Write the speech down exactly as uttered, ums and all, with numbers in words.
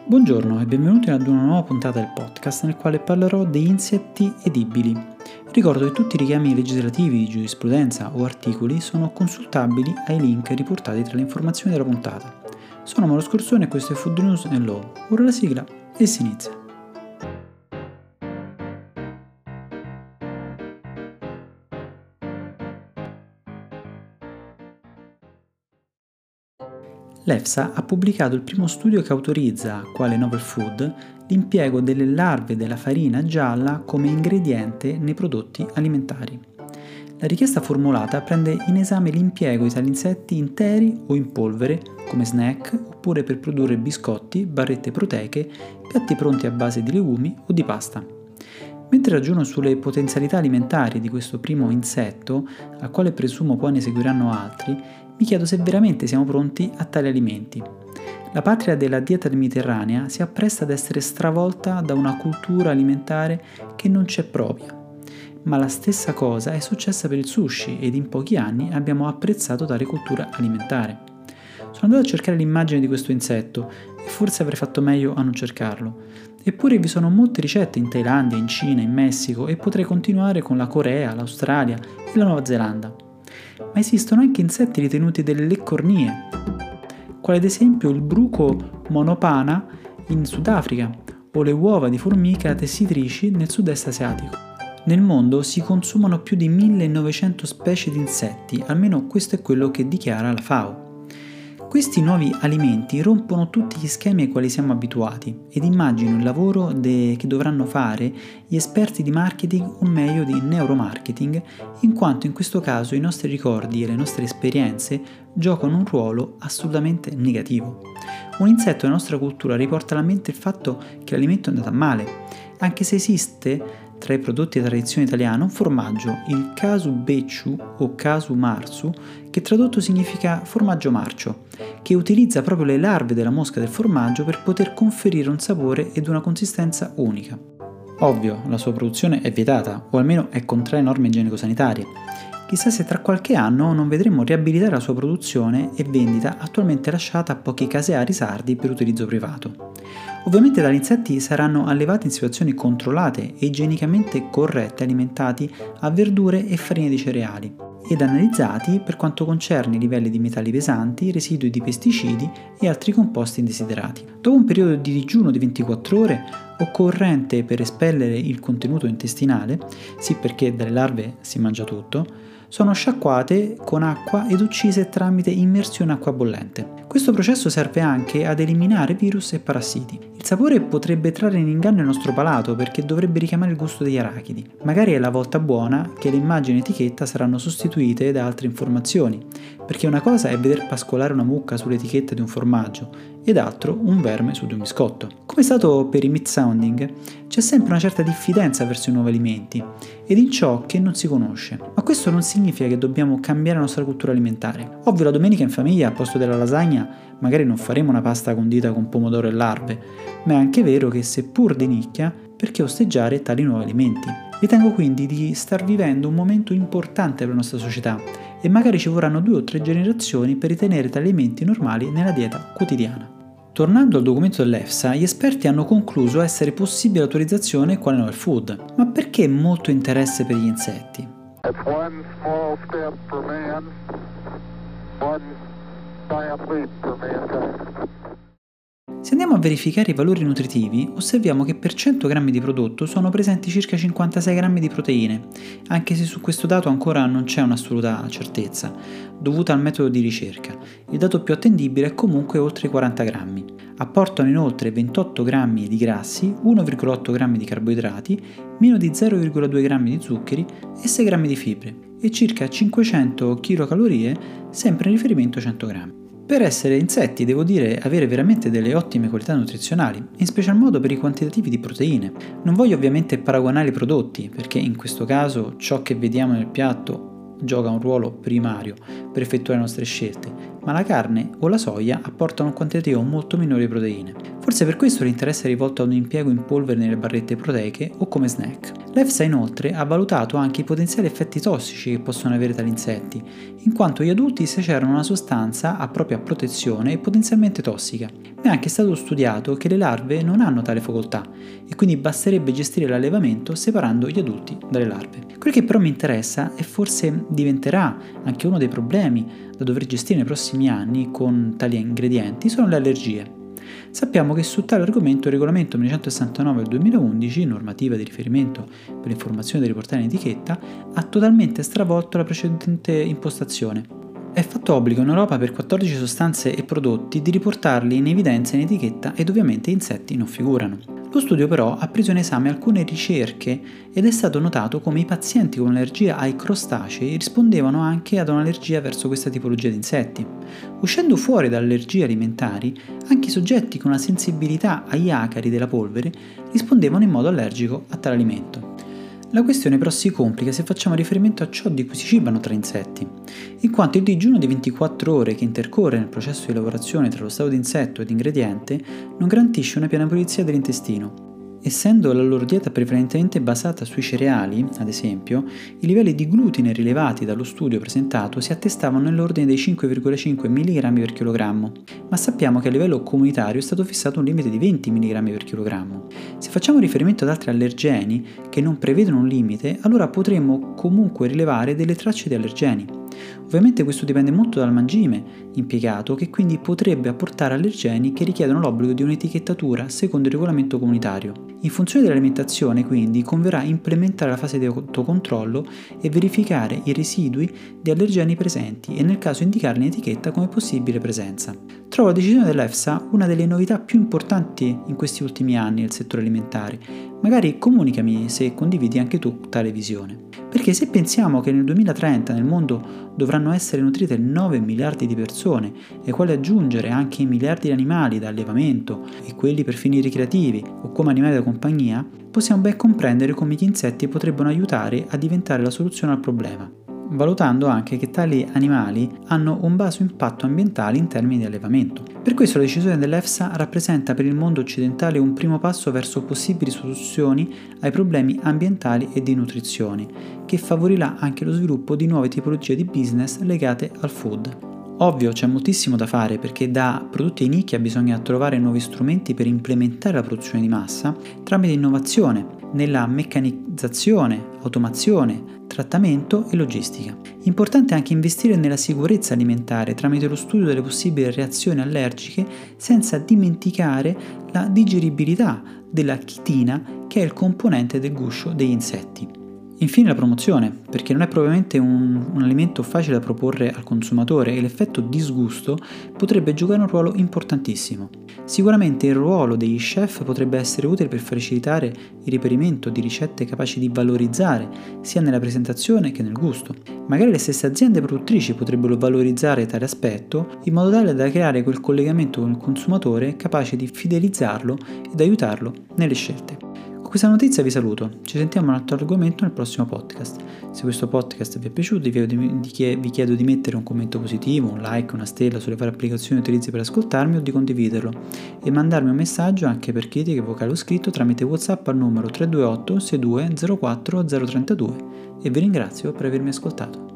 Buongiorno e benvenuti ad una nuova puntata del podcast nel quale parlerò degli insetti edibili. Ricordo che tutti i richiami legislativi di giurisprudenza o articoli sono consultabili ai link riportati tra le informazioni della puntata. Sono Mauro Scorsone e questo è Food News and Law. Ora la sigla e si inizia. L'EFSA ha pubblicato il primo studio che autorizza, quale novel food, l'impiego delle larve della farina gialla come ingrediente nei prodotti alimentari. La richiesta formulata prende in esame l'impiego di tali insetti interi o in polvere, come snack, oppure per produrre biscotti, barrette proteiche, piatti pronti a base di legumi o di pasta. Mentre ragiono sulle potenzialità alimentari di questo primo insetto, al quale presumo poi ne seguiranno altri, mi chiedo se veramente siamo pronti a tali alimenti. La patria della dieta mediterranea si appresta ad essere stravolta da una cultura alimentare che non c'è propria. Ma la stessa cosa è successa per il sushi ed in pochi anni abbiamo apprezzato tale cultura alimentare. Sono andato a cercare l'immagine di questo insetto e forse avrei fatto meglio a non cercarlo. Eppure vi sono molte ricette in Thailandia, in Cina, in Messico e potrei continuare con la Corea, l'Australia e la Nuova Zelanda. Ma esistono anche insetti ritenuti delle leccornie, quale ad esempio il bruco monopana in Sudafrica o le uova di formica tessitrici nel sud-est asiatico. Nel mondo si consumano più di millenovecento specie di insetti, almeno questo è quello che dichiara la FAO. Questi nuovi alimenti rompono tutti gli schemi ai quali siamo abituati ed immagino il lavoro de- che dovranno fare gli esperti di marketing o meglio di neuromarketing, in quanto in questo caso i nostri ricordi e le nostre esperienze giocano un ruolo assolutamente negativo. Un insetto nella nostra cultura riporta alla mente il fatto che l'alimento è andato a male, anche se esiste tra i prodotti della tradizione italiana un formaggio, il casu becciu o casu marzu, che tradotto significa formaggio marcio, che utilizza proprio le larve della mosca del formaggio per poter conferire un sapore ed una consistenza unica. Ovvio, la sua produzione è vietata, o almeno è contraria a norme igienico-sanitarie. Chissà se tra qualche anno non vedremo riabilitare la sua produzione e vendita attualmente lasciata a pochi caseari sardi per utilizzo privato. Ovviamente tali insetti saranno allevati in situazioni controllate e igienicamente corrette, alimentati a verdure e farine di cereali ed analizzati per quanto concerne i livelli di metalli pesanti, residui di pesticidi e altri composti indesiderati. Dopo un periodo di digiuno di ventiquattro ore, occorrente per espellere il contenuto intestinale, sì perché dalle larve si mangia tutto, sono sciacquate con acqua ed uccise tramite immersione in acqua bollente. Questo processo serve anche ad eliminare virus e parassiti. Il sapore potrebbe trarre in inganno il nostro palato perché dovrebbe richiamare il gusto degli arachidi. Magari è la volta buona che le immagini etichetta saranno sostituite da altre informazioni, perché una cosa è veder pascolare una mucca sull'etichetta di un formaggio ed altro un verme su di un biscotto. Come è stato per i meat sounding, c'è sempre una certa diffidenza verso i nuovi alimenti ed in ciò che non si conosce. Ma questo non significa che dobbiamo cambiare la nostra cultura alimentare. Ovvio, la domenica in famiglia al posto della lasagna magari non faremo una pasta condita con pomodoro e larve, ma è anche vero che seppur di nicchia, perché osteggiare tali nuovi alimenti? Ritengo quindi di star vivendo un momento importante per la nostra società e magari ci vorranno due o tre generazioni per ritenere tali alimenti normali nella dieta quotidiana. Tornando al documento dell'EFSA, gli esperti hanno concluso essere possibile l'autorizzazione quale novel food. Ma perché molto interesse per gli insetti? Se andiamo a verificare i valori nutritivi, osserviamo che per cento grammi di prodotto sono presenti circa cinquantasei grammi di proteine, anche se su questo dato ancora non c'è un'assoluta certezza, dovuta al metodo di ricerca. Il dato più attendibile è comunque oltre i quaranta grammi. Apportano inoltre ventotto grammi di grassi, uno virgola otto grammi di carboidrati, meno di zero virgola due grammi di zuccheri e sei grammi di fibre, e circa cinquecento chilocalorie, sempre in riferimento a cento grammi. Per essere insetti devo dire avere veramente delle ottime qualità nutrizionali, in special modo per i quantitativi di proteine. Non voglio ovviamente paragonare i prodotti, perché in questo caso ciò che vediamo nel piatto gioca un ruolo primario per effettuare le nostre scelte, ma la carne o la soia apportano un quantitativo molto minore di proteine. Forse per questo l'interesse è rivolto ad un impiego in polvere nelle barrette proteiche o come snack. L'EFSA inoltre ha valutato anche i potenziali effetti tossici che possono avere tali insetti, in quanto gli adulti secerano una sostanza a propria protezione e potenzialmente tossica. Ma è anche stato studiato che le larve non hanno tale facoltà e quindi basterebbe gestire l'allevamento separando gli adulti dalle larve. Quel che però mi interessa e forse diventerà anche uno dei problemi da dover gestire nei prossimi anni con tali ingredienti sono le allergie. Sappiamo che su tale argomento il regolamento millecentosessantanove del duemilaundici, normativa di riferimento per l'informazione da riportare in etichetta, ha totalmente stravolto la precedente impostazione. È fatto obbligo in Europa per quattordici sostanze e prodotti di riportarli in evidenza in etichetta ed ovviamente insetti non figurano. Lo studio però ha preso in esame alcune ricerche ed è stato notato come i pazienti con allergia ai crostacei rispondevano anche ad un'allergia verso questa tipologia di insetti. Uscendo fuori dalle allergie alimentari, anche i soggetti con una sensibilità agli acari della polvere rispondevano in modo allergico a tale alimento. La questione però si complica se facciamo riferimento a ciò di cui si cibano tra insetti, in quanto il digiuno di ventiquattro ore che intercorre nel processo di lavorazione tra lo stato di insetto ed ingrediente non garantisce una piena pulizia dell'intestino. Essendo la loro dieta prevalentemente basata sui cereali, ad esempio, i livelli di glutine rilevati dallo studio presentato si attestavano nell'ordine dei cinque virgola cinque milligrammi per chilogrammo, ma sappiamo che a livello comunitario è stato fissato un limite di venti milligrammi per chilogrammo. Se facciamo riferimento ad altri allergeni che non prevedono un limite, allora potremmo comunque rilevare delle tracce di allergeni. Ovviamente questo dipende molto dal mangime impiegato, che quindi potrebbe apportare allergeni che richiedono l'obbligo di un'etichettatura secondo il regolamento comunitario. In funzione dell'alimentazione, quindi, converrà implementare la fase di autocontrollo e verificare i residui di allergeni presenti e nel caso indicarli in etichetta come possibile presenza. Trovo la decisione dell'EFSA una delle novità più importanti in questi ultimi anni nel settore alimentare. Magari comunicami se condividi anche tu tale visione. Perché se pensiamo che nel duemilatrenta nel mondo dovranno essere nutrite nove miliardi di persone, ai quali aggiungere anche i miliardi di animali da allevamento e quelli per fini ricreativi o come animali da compagnia, possiamo ben comprendere come gli insetti potrebbero aiutare a diventare la soluzione al problema, valutando anche che tali animali hanno un basso impatto ambientale in termini di allevamento. Per questo la decisione dell'EFSA rappresenta per il mondo occidentale un primo passo verso possibili soluzioni ai problemi ambientali e di nutrizione, che favorirà anche lo sviluppo di nuove tipologie di business legate al food. Ovvio, c'è moltissimo da fare perché da prodotti di nicchia bisogna trovare nuovi strumenti per implementare la produzione di massa tramite innovazione nella meccanizzazione, automazione, trattamento e logistica. Importante anche investire nella sicurezza alimentare tramite lo studio delle possibili reazioni allergiche, senza dimenticare la digeribilità della chitina, che è il componente del guscio degli insetti. Infine la promozione, perché non è propriamente un, un alimento facile da proporre al consumatore e l'effetto disgusto potrebbe giocare un ruolo importantissimo. Sicuramente il ruolo degli chef potrebbe essere utile per facilitare il reperimento di ricette capaci di valorizzare sia nella presentazione che nel gusto. Magari le stesse aziende produttrici potrebbero valorizzare tale aspetto in modo tale da creare quel collegamento con il consumatore capace di fidelizzarlo ed aiutarlo nelle scelte. Con questa notizia vi saluto, ci sentiamo in un altro argomento nel prossimo podcast. Se questo podcast vi è piaciuto vi chiedo di, vi chiedo di mettere un commento positivo, un like, una stella sulle varie applicazioni che utilizzi per ascoltarmi o di condividerlo e mandarmi un messaggio anche per critiche vocali o scritto tramite WhatsApp al numero tre due otto sei due zero quattro zero tre due e vi ringrazio per avermi ascoltato.